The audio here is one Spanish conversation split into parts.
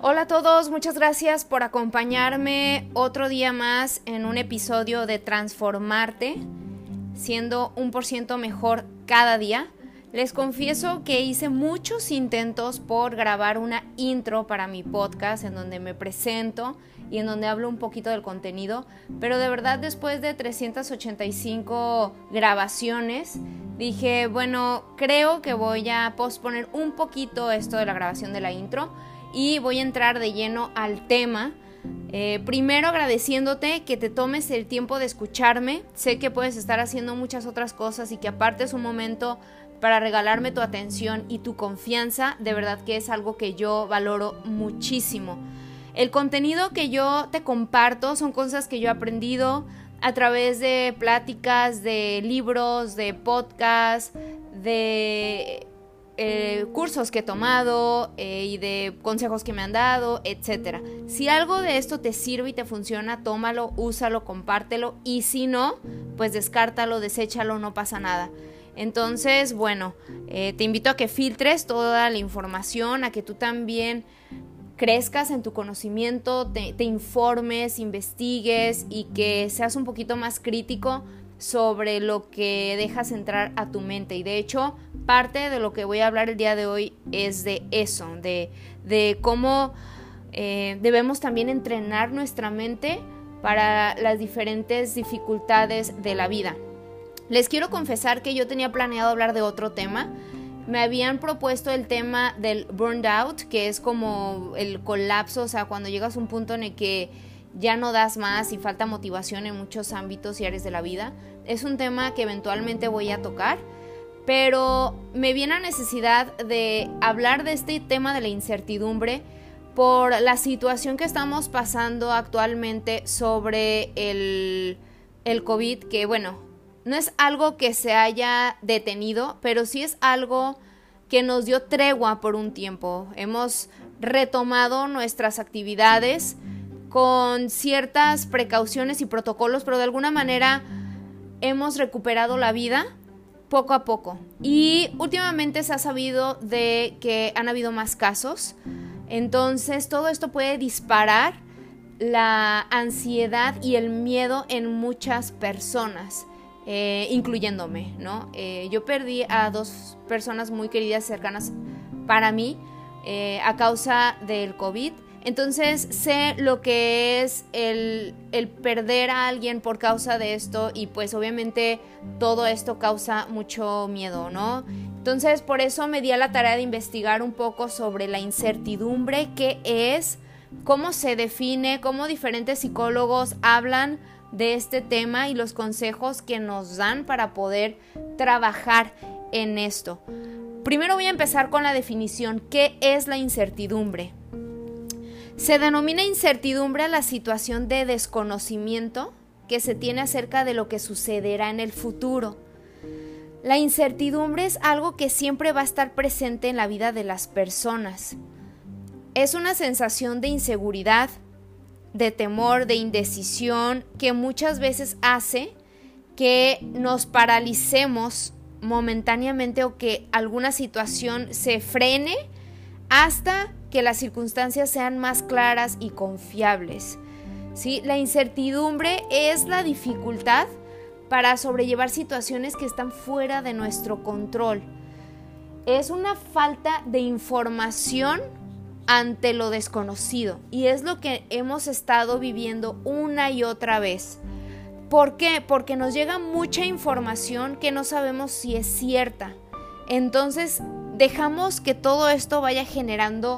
Hola a todos, muchas gracias por acompañarme otro día más en un episodio de Transformarte, siendo 1% mejor cada día. Les confieso que hice muchos intentos por grabar una intro para mi podcast en donde me presento y en donde hablo un poquito del contenido, pero de verdad después de 385 grabaciones dije, bueno, creo que voy a posponer un poquito esto de la grabación de la intro y voy a entrar de lleno al tema. Primero agradeciéndote que te tomes el tiempo de escucharme. Sé que puedes estar haciendo muchas otras cosas y que apartes un momento para regalarme tu atención y tu confianza. De verdad que es algo que yo valoro muchísimo. El contenido que yo te comparto son cosas que yo he aprendido a través de pláticas, de libros, de podcasts, de cursos que he tomado y de consejos que me han dado, etc. Si algo de esto te sirve y te funciona, tómalo, úsalo, compártelo, y si no, pues descártalo, deséchalo, no pasa nada. Entonces, bueno, te invito a que filtres toda la información, a que tú también crezcas en tu conocimiento, te informes, investigues y que seas un poquito más crítico sobre lo que dejas entrar a tu mente. Y de hecho, parte de lo que voy a hablar el día de hoy es de eso, de cómo debemos también entrenar nuestra mente para las diferentes dificultades de la vida. Les quiero confesar que yo tenía planeado hablar de otro tema. Me habían propuesto el tema del burnout, que es como el colapso, o sea, cuando llegas a un punto en el que ya no das más y falta motivación en muchos ámbitos y áreas de la vida. Es un tema que eventualmente voy a tocar, pero me viene la necesidad de hablar de este tema de la incertidumbre por la situación que estamos pasando actualmente sobre el COVID, que bueno, no es algo que se haya detenido, pero sí es algo que nos dio tregua por un tiempo. Hemos retomado nuestras actividades con ciertas precauciones y protocolos, pero de alguna manera hemos recuperado la vida poco a poco. Y últimamente se ha sabido de que han habido más casos. Entonces todo esto puede disparar la ansiedad y el miedo en muchas personas, incluyéndome, ¿no? Yo perdí a 2 personas muy queridas, cercanas para mí, a causa del COVID. Entonces sé lo que es el perder a alguien por causa de esto, y pues obviamente todo esto causa mucho miedo, ¿no? Entonces por eso me di a la tarea de investigar un poco sobre la incertidumbre, qué es, cómo se define, cómo diferentes psicólogos hablan de este tema y los consejos que nos dan para poder trabajar en esto. Primero voy a empezar con la definición. ¿Qué es la incertidumbre? Se denomina incertidumbre a la situación de desconocimiento que se tiene acerca de lo que sucederá en el futuro. La incertidumbre es algo que siempre va a estar presente en la vida de las personas. Es una sensación de inseguridad, de temor, de indecisión, que muchas veces hace que nos paralicemos momentáneamente o que alguna situación se frene hasta que las circunstancias sean más claras y confiables, ¿sí? La incertidumbre es la dificultad para sobrellevar situaciones que están fuera de nuestro control. Es una falta de información ante lo desconocido, y es lo que hemos estado viviendo una y otra vez. ¿Por qué? Porque nos llega mucha información que no sabemos si es cierta. Entonces dejamos que todo esto vaya generando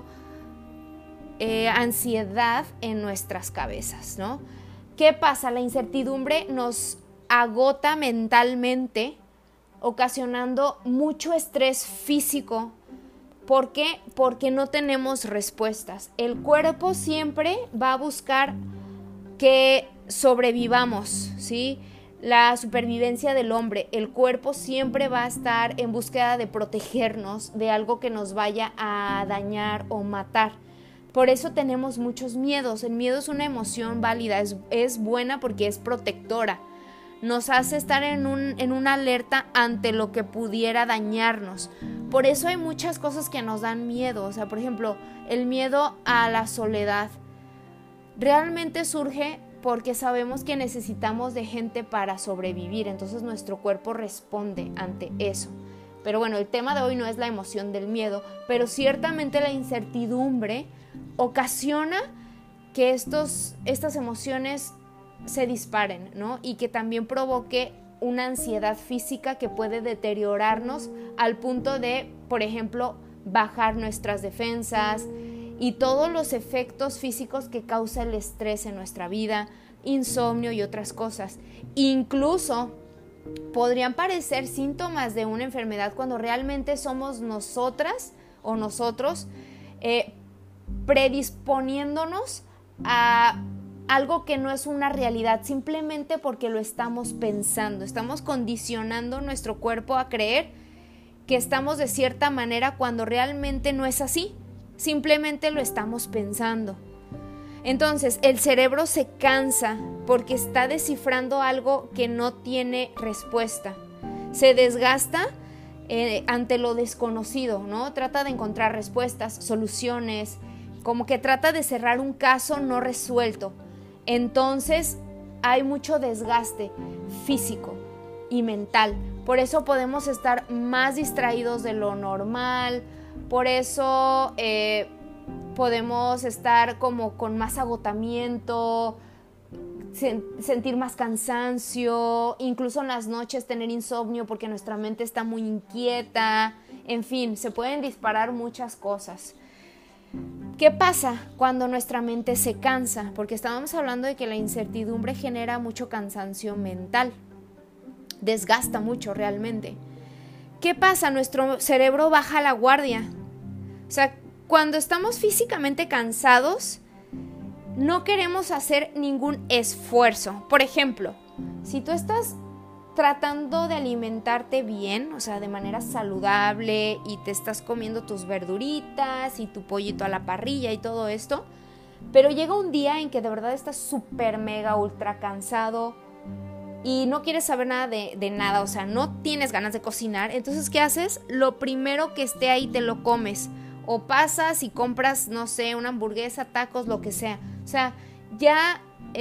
ansiedad en nuestras cabezas, ¿no? ¿Qué pasa? La incertidumbre nos agota mentalmente, ocasionando mucho estrés físico. ¿Por qué? Porque no tenemos respuestas. El cuerpo siempre va a buscar que sobrevivamos, ¿sí? La supervivencia del hombre. El cuerpo siempre va a estar en búsqueda de protegernos de algo que nos vaya a dañar o matar. Por eso tenemos muchos miedos. El miedo es una emoción válida, es buena porque es protectora. nos hace estar en una alerta ante lo que pudiera dañarnos. Por eso hay muchas cosas que nos dan miedo. O sea, por ejemplo, el miedo a la soledad realmente surge porque sabemos que necesitamos de gente para sobrevivir. Entonces nuestro cuerpo responde ante eso. Pero bueno, el tema de hoy no es la emoción del miedo, pero ciertamente la incertidumbre ocasiona que estas emociones se disparen, ¿no? Y que también provoque una ansiedad física que puede deteriorarnos al punto de, por ejemplo, bajar nuestras defensas y todos los efectos físicos que causa el estrés en nuestra vida, insomnio y otras cosas. Incluso podrían parecer síntomas de una enfermedad cuando realmente somos nosotras o nosotros predisponiéndonos a algo que no es una realidad, simplemente porque lo estamos pensando. Estamos condicionando nuestro cuerpo a creer que estamos de cierta manera cuando realmente no es así, simplemente lo estamos pensando. Entonces, el cerebro se cansa porque está descifrando algo que no tiene respuesta. Se desgasta ante lo desconocido, ¿no? Trata de encontrar respuestas, soluciones, como que trata de cerrar un caso no resuelto. Entonces, hay mucho desgaste físico y mental. Por eso podemos estar más distraídos de lo normal, por eso podemos estar como con más agotamiento, sentir más cansancio, incluso en las noches tener insomnio porque nuestra mente está muy inquieta. En fin, se pueden disparar muchas cosas. ¿Qué pasa cuando nuestra mente se cansa? Porque estábamos hablando de que la incertidumbre genera mucho cansancio mental, desgasta mucho realmente. ¿Qué pasa? Nuestro cerebro baja la guardia. O sea, cuando estamos físicamente cansados, no queremos hacer ningún esfuerzo. Por ejemplo, si tú estás tratando de alimentarte bien, o sea, de manera saludable, y te estás comiendo tus verduritas y tu pollito a la parrilla y todo esto, pero llega un día en que de verdad estás súper mega ultra cansado y no quieres saber nada de nada, o sea, no tienes ganas de cocinar, entonces ¿qué haces? Lo primero que esté ahí te lo comes, o pasas y compras, no sé, una hamburguesa, tacos, lo que sea. O sea, ya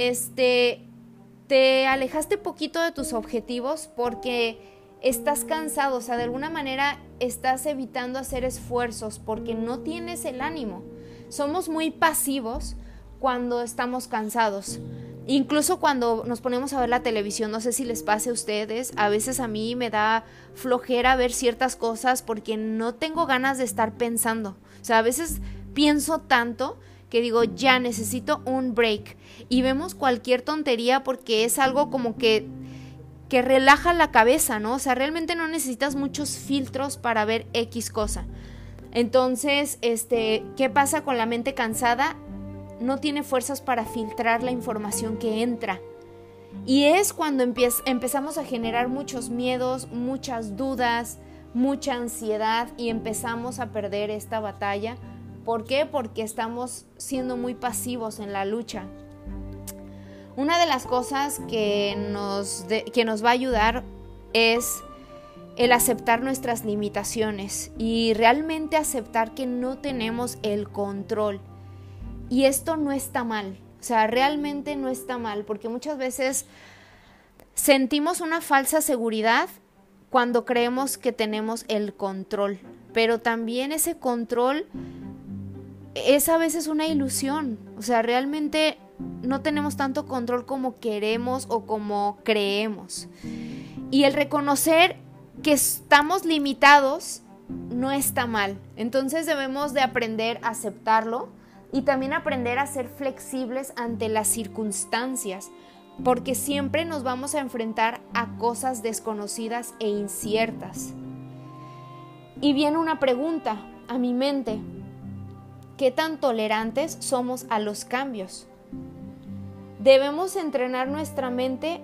te alejaste poquito de tus objetivos porque estás cansado, o sea, de alguna manera estás evitando hacer esfuerzos porque no tienes el ánimo. Somos muy pasivos cuando estamos cansados. Incluso cuando nos ponemos a ver la televisión, no sé si les pase a ustedes, a veces a mí me da flojera ver ciertas cosas porque no tengo ganas de estar pensando. O sea, a veces pienso tanto que digo, ya necesito un break. Y vemos cualquier tontería porque es algo como que relaja la cabeza, ¿no? O sea, realmente no necesitas muchos filtros para ver X cosa. Entonces, ¿qué pasa con la mente cansada? No tiene fuerzas para filtrar la información que entra. Y es cuando empezamos a generar muchos miedos, muchas dudas, mucha ansiedad y empezamos a perder esta batalla. ¿Por qué? Porque estamos siendo muy pasivos en la lucha. Una de las cosas que nos va a ayudar es el aceptar nuestras limitaciones y realmente aceptar que no tenemos el control. Y esto no está mal, o sea, realmente no está mal, porque muchas veces sentimos una falsa seguridad cuando creemos que tenemos el control, pero también ese control es a veces una ilusión, o sea, realmente no tenemos tanto control como queremos o como creemos. Y el reconocer que estamos limitados no está mal, entonces debemos de aprender a aceptarlo. Y también aprender a ser flexibles ante las circunstancias, porque siempre nos vamos a enfrentar a cosas desconocidas e inciertas. Y viene una pregunta a mi mente: ¿qué tan tolerantes somos a los cambios? Debemos entrenar nuestra mente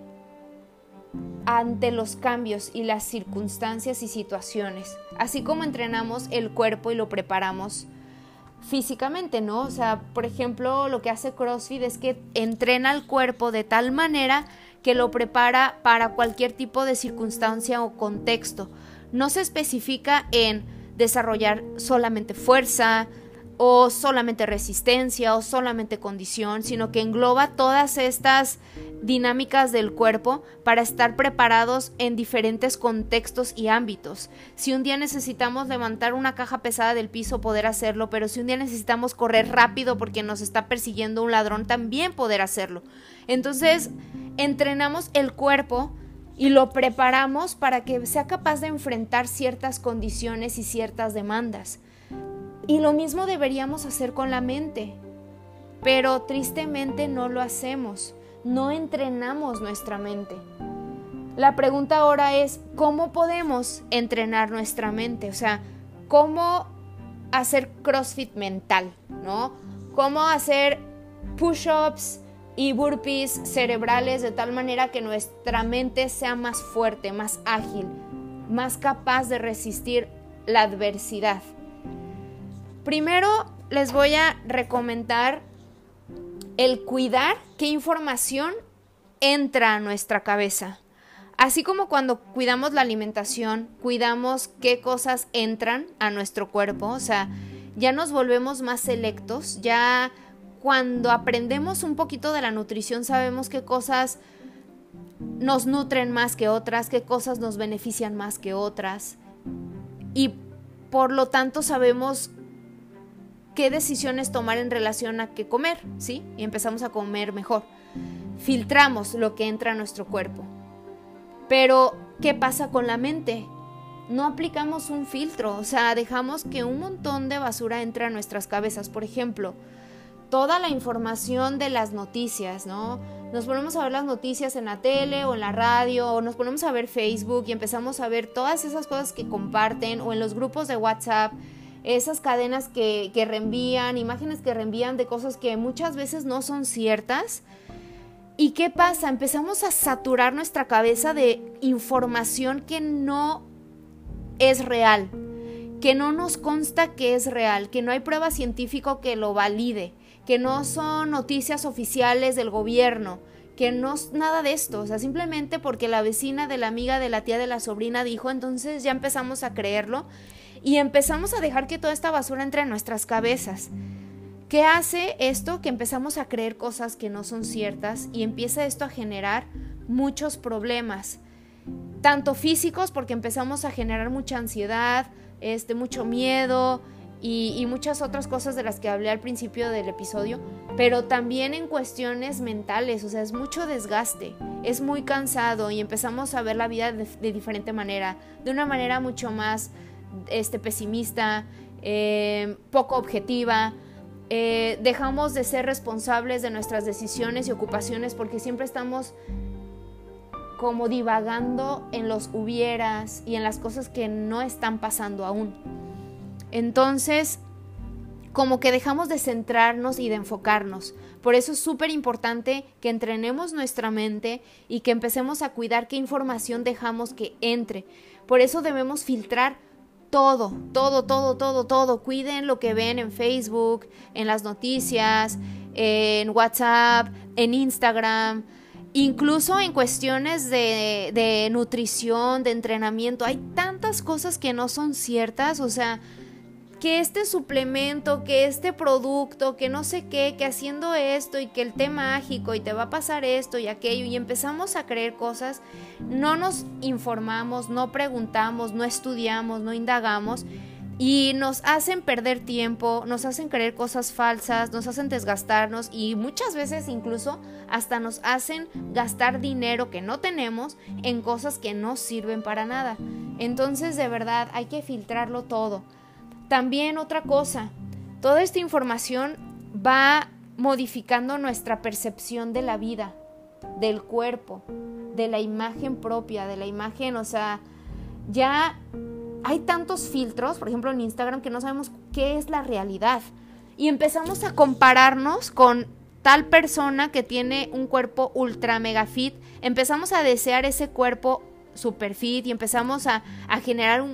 ante los cambios y las circunstancias y situaciones, así como entrenamos el cuerpo y lo preparamos físicamente, ¿no? O sea, por ejemplo, lo que hace CrossFit es que entrena al cuerpo de tal manera que lo prepara para cualquier tipo de circunstancia o contexto. No se especifica en desarrollar solamente fuerza o solamente resistencia o solamente condición, sino que engloba todas estas dinámicas del cuerpo para estar preparados en diferentes contextos y ámbitos. Si un día necesitamos levantar una caja pesada del piso, poder hacerlo, pero si un día necesitamos correr rápido porque nos está persiguiendo un ladrón, también poder hacerlo. Entonces, entrenamos el cuerpo y lo preparamos para que sea capaz de enfrentar ciertas condiciones y ciertas demandas. Y lo mismo deberíamos hacer con la mente, pero tristemente no lo hacemos, no entrenamos nuestra mente. La pregunta ahora es, ¿cómo podemos entrenar nuestra mente? O sea, ¿cómo hacer CrossFit mental, ¿no? ¿Cómo hacer push-ups y burpees cerebrales de tal manera que nuestra mente sea más fuerte, más ágil, más capaz de resistir la adversidad? Primero les voy a recomendar el cuidar qué información entra a nuestra cabeza. Así como cuando cuidamos la alimentación, cuidamos qué cosas entran a nuestro cuerpo, o sea, ya nos volvemos más selectos, ya cuando aprendemos un poquito de la nutrición sabemos qué cosas nos nutren más que otras, qué cosas nos benefician más que otras y por lo tanto sabemos qué decisiones tomar en relación a qué comer, ¿sí? Y empezamos a comer mejor. Filtramos lo que entra a nuestro cuerpo. Pero, ¿qué pasa con la mente? No aplicamos un filtro, o sea, dejamos que un montón de basura entre a nuestras cabezas. Por ejemplo, toda la información de las noticias, ¿no? Nos ponemos a ver las noticias en la tele o en la radio, o nos ponemos a ver Facebook y empezamos a ver todas esas cosas que comparten, o en los grupos de WhatsApp, esas cadenas que reenvían, imágenes que reenvían de cosas que muchas veces no son ciertas. ¿Y qué pasa? Empezamos a saturar nuestra cabeza de información que no es real, que no nos consta que es real, que no hay prueba científica que lo valide, que no son noticias oficiales del gobierno, que no es nada de esto. O sea, simplemente porque la vecina de la amiga de la tía de la sobrina dijo, entonces ya empezamos a creerlo. Y empezamos a dejar que toda esta basura entre en nuestras cabezas. ¿Qué hace esto? Que empezamos a creer cosas que no son ciertas y empieza esto a generar muchos problemas, tanto físicos, porque empezamos a generar mucha ansiedad, mucho miedo y muchas otras cosas de las que hablé al principio del episodio, pero también en cuestiones mentales. O sea, es mucho desgaste, es muy cansado y empezamos a ver la vida de diferente manera, de una manera mucho más pesimista, poco objetiva. Dejamos de ser responsables de nuestras decisiones y ocupaciones porque siempre estamos como divagando en los hubieras y en las cosas que no están pasando aún. Entonces, como que dejamos de centrarnos y de enfocarnos. Por eso es súper importante que entrenemos nuestra mente y que empecemos a cuidar qué información dejamos que entre. Por eso debemos filtrar todo. Cuiden lo que ven en Facebook, en las noticias, en WhatsApp, en Instagram, incluso en cuestiones de nutrición, de entrenamiento. Hay tantas cosas que no son ciertas, o sea, que este suplemento, que este producto, que no sé qué, que haciendo esto y que el té mágico y te va a pasar esto y aquello, y empezamos a creer cosas, no nos informamos, no preguntamos, no estudiamos, no indagamos y nos hacen perder tiempo, nos hacen creer cosas falsas, nos hacen desgastarnos y muchas veces incluso hasta nos hacen gastar dinero que no tenemos en cosas que no sirven para nada. Entonces, de verdad, hay que filtrarlo todo. También otra cosa, toda esta información va modificando nuestra percepción de la vida, del cuerpo, de la imagen propia, de la imagen, o sea, ya hay tantos filtros, por ejemplo en Instagram, que no sabemos qué es la realidad y empezamos a compararnos con tal persona que tiene un cuerpo ultra mega fit, empezamos a desear ese cuerpo super fit y empezamos a generar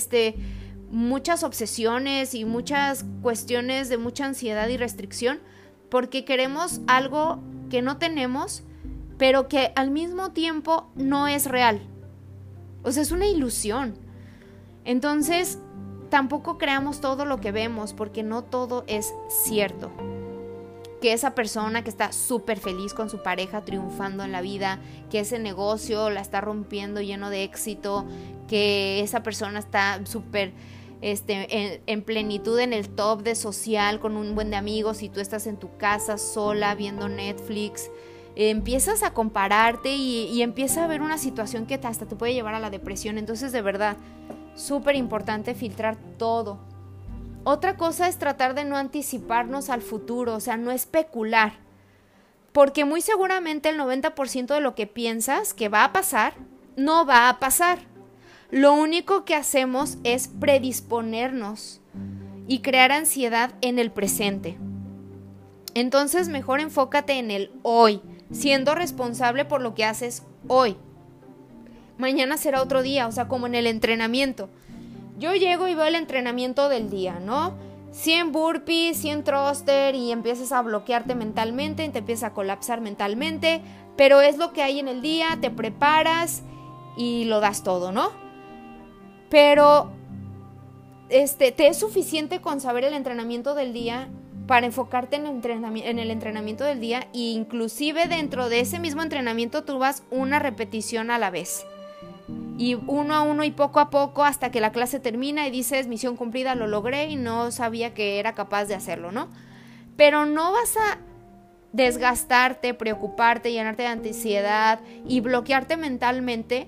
muchas obsesiones y muchas cuestiones de mucha ansiedad y restricción porque queremos algo que no tenemos, pero que al mismo tiempo no es real. O sea, es una ilusión. Entonces, tampoco creamos todo lo que vemos, porque no todo es cierto. Que esa persona que está súper feliz con su pareja, triunfando en la vida, que ese negocio la está rompiendo lleno de éxito, que esa persona está súper en plenitud en el top de social con un buen de amigos y tú estás en tu casa sola viendo Netflix, empiezas a compararte y empieza a haber una situación que hasta te puede llevar a la depresión. Entonces, de verdad, súper importante filtrar todo. Otra cosa es tratar de no anticiparnos al futuro, o sea, no especular, porque muy seguramente el 90% de lo que piensas que va a pasar, no va a pasar. Lo único que hacemos es predisponernos y crear ansiedad en el presente. Entonces, mejor enfócate en el hoy, siendo responsable por lo que haces hoy. Mañana será otro día, o sea, como en el entrenamiento. Yo llego y veo el entrenamiento del día, ¿no? 100 burpees, 100 thruster y empiezas a bloquearte mentalmente, te empiezas a colapsar mentalmente, pero es lo que hay en el día, te preparas y lo das todo, ¿no? Pero te es suficiente con saber el entrenamiento del día para enfocarte en el entrenamiento del día, e inclusive dentro de ese mismo entrenamiento tú vas una repetición a la vez. Y uno a uno y poco a poco hasta que la clase termina y dices, misión cumplida, lo logré y no sabía que era capaz de hacerlo, ¿no? Pero no vas a desgastarte, preocuparte, llenarte de ansiedad y bloquearte mentalmente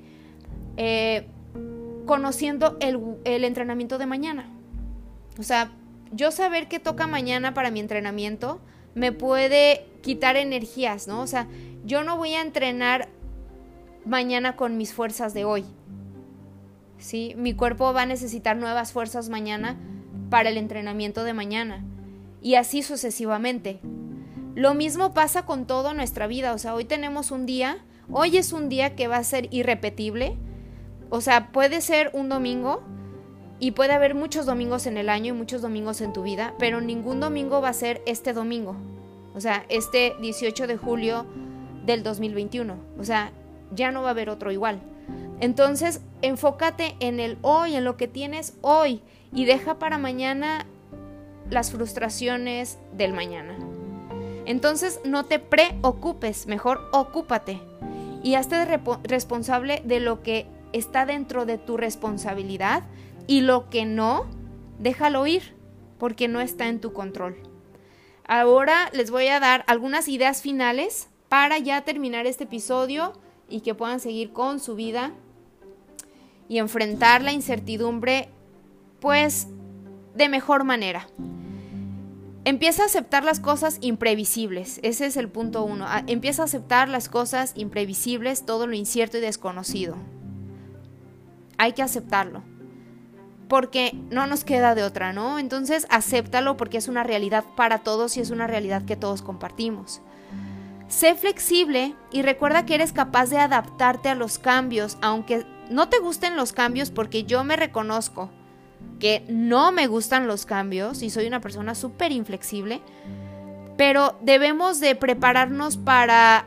conociendo el entrenamiento de mañana. O sea, yo saber qué toca mañana para mi entrenamiento me puede quitar energías, ¿no? O sea, yo no voy a entrenar mañana con mis fuerzas de hoy, ¿sí? Mi cuerpo va a necesitar nuevas fuerzas mañana para el entrenamiento de mañana y así sucesivamente. Lo mismo pasa con toda nuestra vida. O sea, hoy tenemos un día, hoy es un día que va a ser irrepetible. O sea, puede ser un domingo y puede haber muchos domingos en el año y muchos domingos en tu vida, pero ningún domingo va a ser este domingo. O sea, este 18 de julio del 2021. O sea, ya no va a haber otro igual. Entonces, enfócate en el hoy, en lo que tienes hoy y deja para mañana las frustraciones del mañana. Entonces, no te preocupes, mejor ocúpate y hazte responsable de lo que está dentro de tu responsabilidad y lo que no, déjalo ir porque no está en tu control. Ahora les voy a dar algunas ideas finales para ya terminar este episodio y que puedan seguir con su vida y enfrentar la incertidumbre pues de mejor manera. Empieza a aceptar las cosas imprevisibles, ese es el punto 1. Empieza a aceptar las cosas imprevisibles, todo lo incierto y desconocido. Hay que aceptarlo, porque no nos queda de otra, ¿no? Entonces acéptalo porque es una realidad para todos y es una realidad que todos compartimos. Sé flexible y recuerda que eres capaz de adaptarte a los cambios, aunque no te gusten los cambios, porque yo me reconozco que no me gustan los cambios y soy una persona súper inflexible, pero debemos de prepararnos para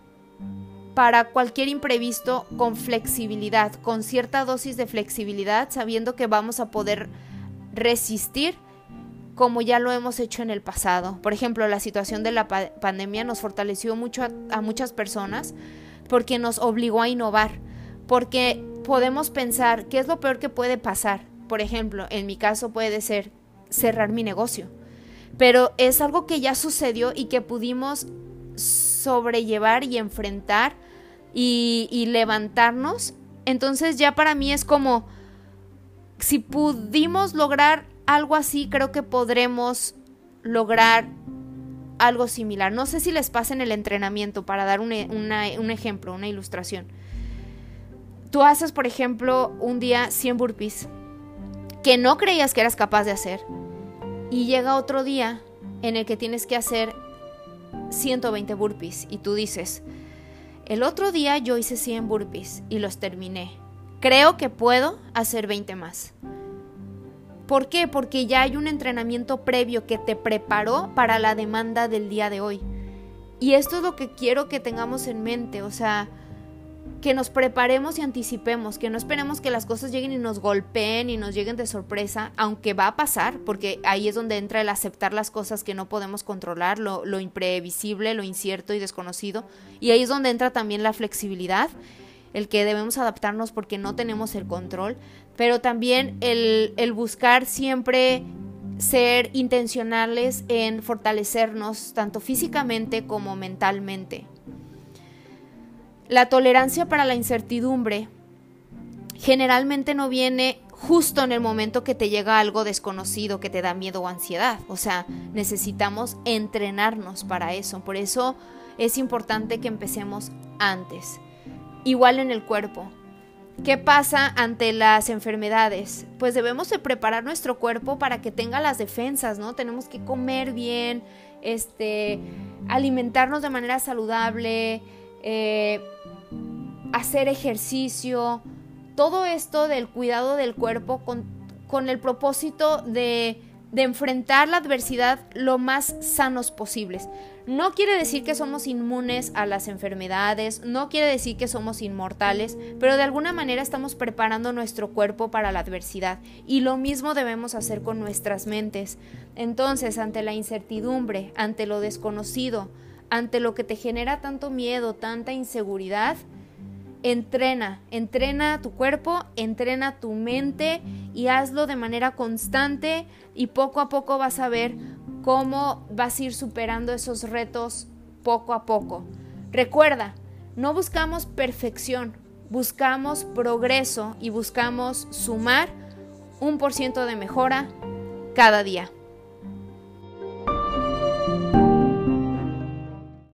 cualquier imprevisto con flexibilidad, con cierta dosis de flexibilidad, sabiendo que vamos a poder resistir como ya lo hemos hecho en el pasado. Por ejemplo, la situación de la pandemia nos fortaleció mucho a muchas personas porque nos obligó a innovar, porque podemos pensar qué es lo peor que puede pasar. Por ejemplo, en mi caso puede ser cerrar mi negocio, pero es algo que ya sucedió y que pudimos sobrellevar y enfrentar y levantarnos. Entonces ya para mí es como, si pudimos lograr algo así, creo que podremos lograr algo similar. No sé si les pasa en el entrenamiento, para dar un ejemplo, una ilustración. Tú haces, por ejemplo, un día 100 burpees que no creías que eras capaz de hacer, y llega otro día en el que tienes que hacer 120 burpees y tú dices, el otro día yo hice 100 burpees y los terminé, creo que puedo hacer 20 más. ¿Por qué? Porque ya hay un entrenamiento previo que te preparó para la demanda del día de hoy. Y esto es lo que quiero que tengamos en mente, o sea, que nos preparemos y anticipemos, que no esperemos que las cosas lleguen y nos golpeen y nos lleguen de sorpresa, aunque va a pasar, porque ahí es donde entra el aceptar las cosas que no podemos controlar, lo imprevisible, lo incierto y desconocido, y ahí es donde entra también la flexibilidad, el que debemos adaptarnos porque no tenemos el control, pero también el buscar siempre ser intencionales en fortalecernos tanto físicamente como mentalmente. La tolerancia para la incertidumbre generalmente no viene justo en el momento que te llega algo desconocido, que te da miedo o ansiedad. O sea, necesitamos entrenarnos para eso. Por eso es importante que empecemos antes. Igual en el cuerpo. ¿Qué pasa ante las enfermedades? Pues debemos de preparar nuestro cuerpo para que tenga las defensas, ¿no? Tenemos que comer bien, alimentarnos de manera saludable, hacer ejercicio, todo esto del cuidado del cuerpo con el propósito de enfrentar la adversidad lo más sanos posibles. No quiere decir que somos inmunes a las enfermedades, no quiere decir que somos inmortales, pero de alguna manera estamos preparando nuestro cuerpo para la adversidad y lo mismo debemos hacer con nuestras mentes. Entonces, ante la incertidumbre, ante lo desconocido, ante lo que te genera tanto miedo, tanta inseguridad, entrena tu cuerpo, entrena tu mente y hazlo de manera constante y poco a poco vas a ver cómo vas a ir superando esos retos poco a poco. Recuerda, no buscamos perfección, buscamos progreso y buscamos sumar 1% de mejora cada día.